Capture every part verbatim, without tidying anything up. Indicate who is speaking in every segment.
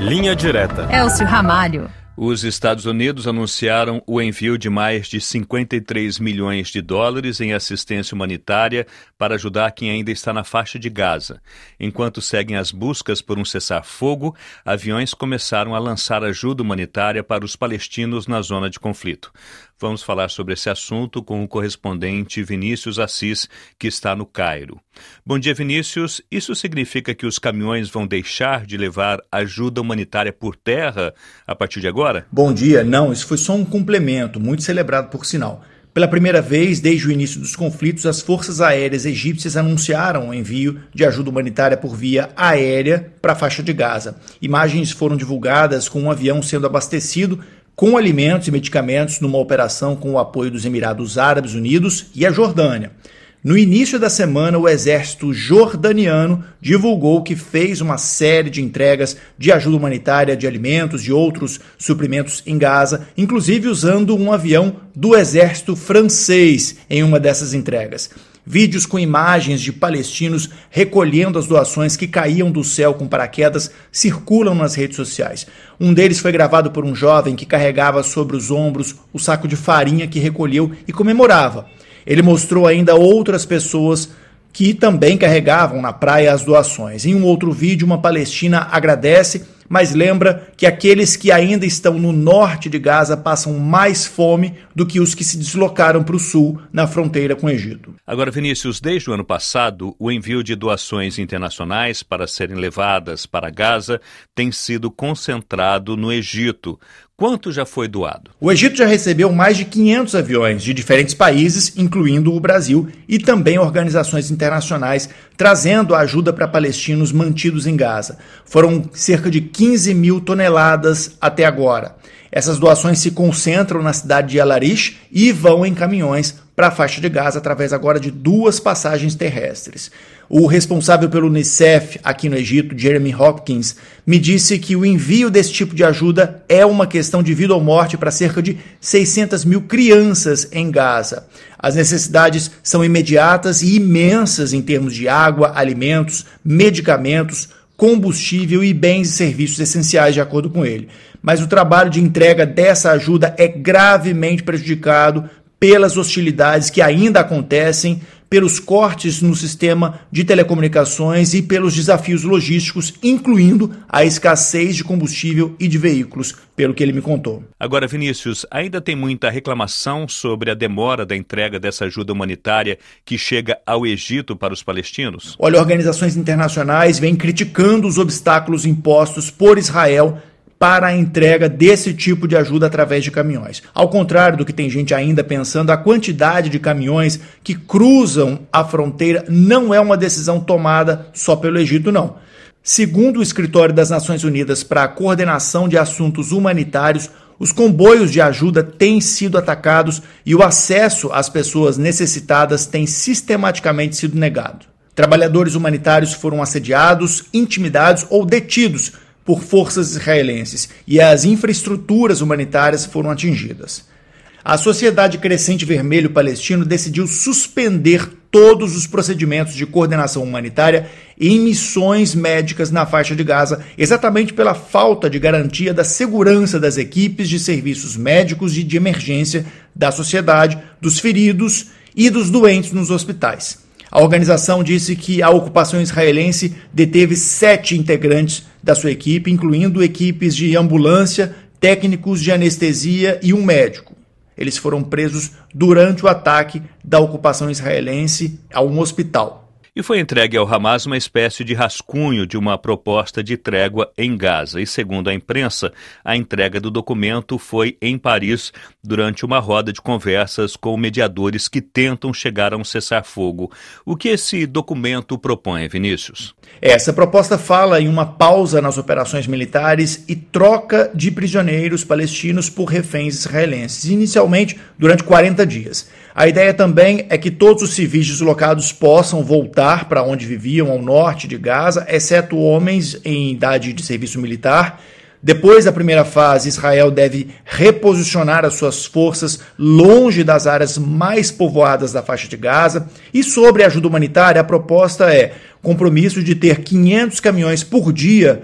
Speaker 1: Linha Direta.
Speaker 2: Elcio Ramalho.
Speaker 3: Os Estados Unidos anunciaram o envio de mais de cinquenta e três milhões de dólares em assistência humanitária para ajudar quem ainda está na faixa de Gaza. Enquanto seguem as buscas por um cessar-fogo, aviões começaram a lançar ajuda humanitária para os palestinos na zona de conflito. Vamos falar sobre esse assunto com o correspondente Vinícius Assis, que está no Cairo. Bom dia, Vinícius. Isso significa que os caminhões vão deixar de levar ajuda humanitária por terra a partir de agora?
Speaker 4: Bom dia. Não, isso foi só um complemento, muito celebrado por sinal. Pela primeira vez, desde o início dos conflitos, as forças aéreas egípcias anunciaram o envio de ajuda humanitária por via aérea para a faixa de Gaza. Imagens foram divulgadas com um avião sendo abastecido com alimentos e medicamentos numa operação com o apoio dos Emirados Árabes Unidos e a Jordânia. No início da semana, o exército jordaniano divulgou que fez uma série de entregas de ajuda humanitária, de alimentos e outros suprimentos em Gaza, inclusive usando um avião do exército francês em uma dessas entregas. Vídeos com imagens de palestinos recolhendo as doações que caíam do céu com paraquedas circulam nas redes sociais. Um deles foi gravado por um jovem que carregava sobre os ombros o saco de farinha que recolheu e comemorava. Ele mostrou ainda outras pessoas que também carregavam na praia as doações. Em um outro vídeo, uma palestina agradece, mas lembra que aqueles que ainda estão no norte de Gaza passam mais fome do que os que se deslocaram para o sul, na fronteira com o Egito.
Speaker 3: Agora, Vinícius, desde o ano passado, o envio de doações internacionais para serem levadas para Gaza tem sido concentrado no Egito. Quanto já foi doado?
Speaker 4: O Egito já recebeu mais de quinhentos aviões de diferentes países, incluindo o Brasil, e também organizações internacionais, trazendo ajuda para palestinos mantidos em Gaza. Foram cerca de quinze mil toneladas até agora. Essas doações se concentram na cidade de El-Arish e vão em caminhões para a faixa de Gaza através agora de duas passagens terrestres. O responsável pelo Unicef aqui no Egito, Jeremy Hopkins, me disse que o envio desse tipo de ajuda é uma questão de vida ou morte para cerca de seiscentas mil crianças em Gaza. As necessidades são imediatas e imensas em termos de água, alimentos, medicamentos, combustível e bens e serviços essenciais, de acordo com ele. Mas o trabalho de entrega dessa ajuda é gravemente prejudicado pelas hostilidades que ainda acontecem, pelos cortes no sistema de telecomunicações e pelos desafios logísticos, incluindo a escassez de combustível e de veículos, pelo que ele me contou.
Speaker 3: Agora, Vinícius, ainda tem muita reclamação sobre a demora da entrega dessa ajuda humanitária que chega ao Egito para os palestinos?
Speaker 4: Olha, organizações internacionais vêm criticando os obstáculos impostos por Israel para a entrega desse tipo de ajuda através de caminhões. Ao contrário do que tem gente ainda pensando, a quantidade de caminhões que cruzam a fronteira não é uma decisão tomada só pelo Egito, não. Segundo o Escritório das Nações Unidas para a Coordenação de Assuntos Humanitários, os comboios de ajuda têm sido atacados e o acesso às pessoas necessitadas tem sistematicamente sido negado. Trabalhadores humanitários foram assediados, intimidados ou detidos por forças israelenses e as infraestruturas humanitárias foram atingidas. A Sociedade Crescente Vermelho Palestino decidiu suspender todos os procedimentos de coordenação humanitária em missões médicas na faixa de Gaza, exatamente pela falta de garantia da segurança das equipes de serviços médicos e de emergência da sociedade, dos feridos e dos doentes nos hospitais. A organização disse que a ocupação israelense deteve sete integrantes da sua equipe, incluindo equipes de ambulância, técnicos de anestesia e um médico. Eles foram presos durante o ataque da ocupação israelense a um hospital.
Speaker 3: E foi entregue ao Hamas uma espécie de rascunho de uma proposta de trégua em Gaza. E, segundo a imprensa, a entrega do documento foi em Paris durante uma roda de conversas com mediadores que tentam chegar a um cessar-fogo. O que esse documento propõe, Vinícius?
Speaker 4: Essa proposta fala em uma pausa nas operações militares e troca de prisioneiros palestinos por reféns israelenses, inicialmente durante quarenta dias. A ideia também é que todos os civis deslocados possam voltar para onde viviam ao norte de Gaza, exceto homens em idade de serviço militar. Depois da primeira fase, Israel deve reposicionar as suas forças longe das áreas mais povoadas da faixa de Gaza. E sobre a ajuda humanitária, a proposta é compromisso de ter quinhentos caminhões por dia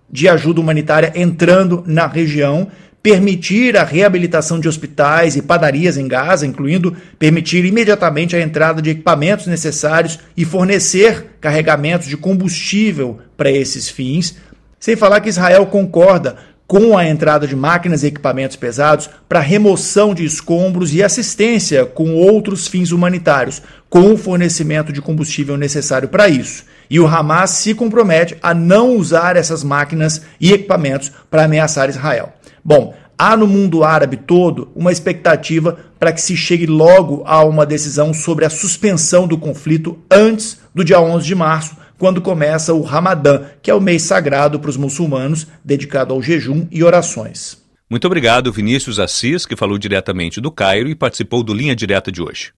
Speaker 4: de ajuda humanitária entrando na região, permitir a reabilitação de hospitais e padarias em Gaza, incluindo permitir imediatamente a entrada de equipamentos necessários e fornecer carregamentos de combustível para esses fins, sem falar que Israel concorda com a entrada de máquinas e equipamentos pesados para remoção de escombros e assistência com outros fins humanitários, com o fornecimento de combustível necessário para isso. E o Hamas se compromete a não usar essas máquinas e equipamentos para ameaçar Israel. Bom, há no mundo árabe todo uma expectativa para que se chegue logo a uma decisão sobre a suspensão do conflito antes do dia onze de março, quando começa o Ramadã, que é o mês sagrado para os muçulmanos, dedicado ao jejum e orações.
Speaker 3: Muito obrigado, Vinícius Assis, que falou diretamente do Cairo e participou do Linha Direta de hoje.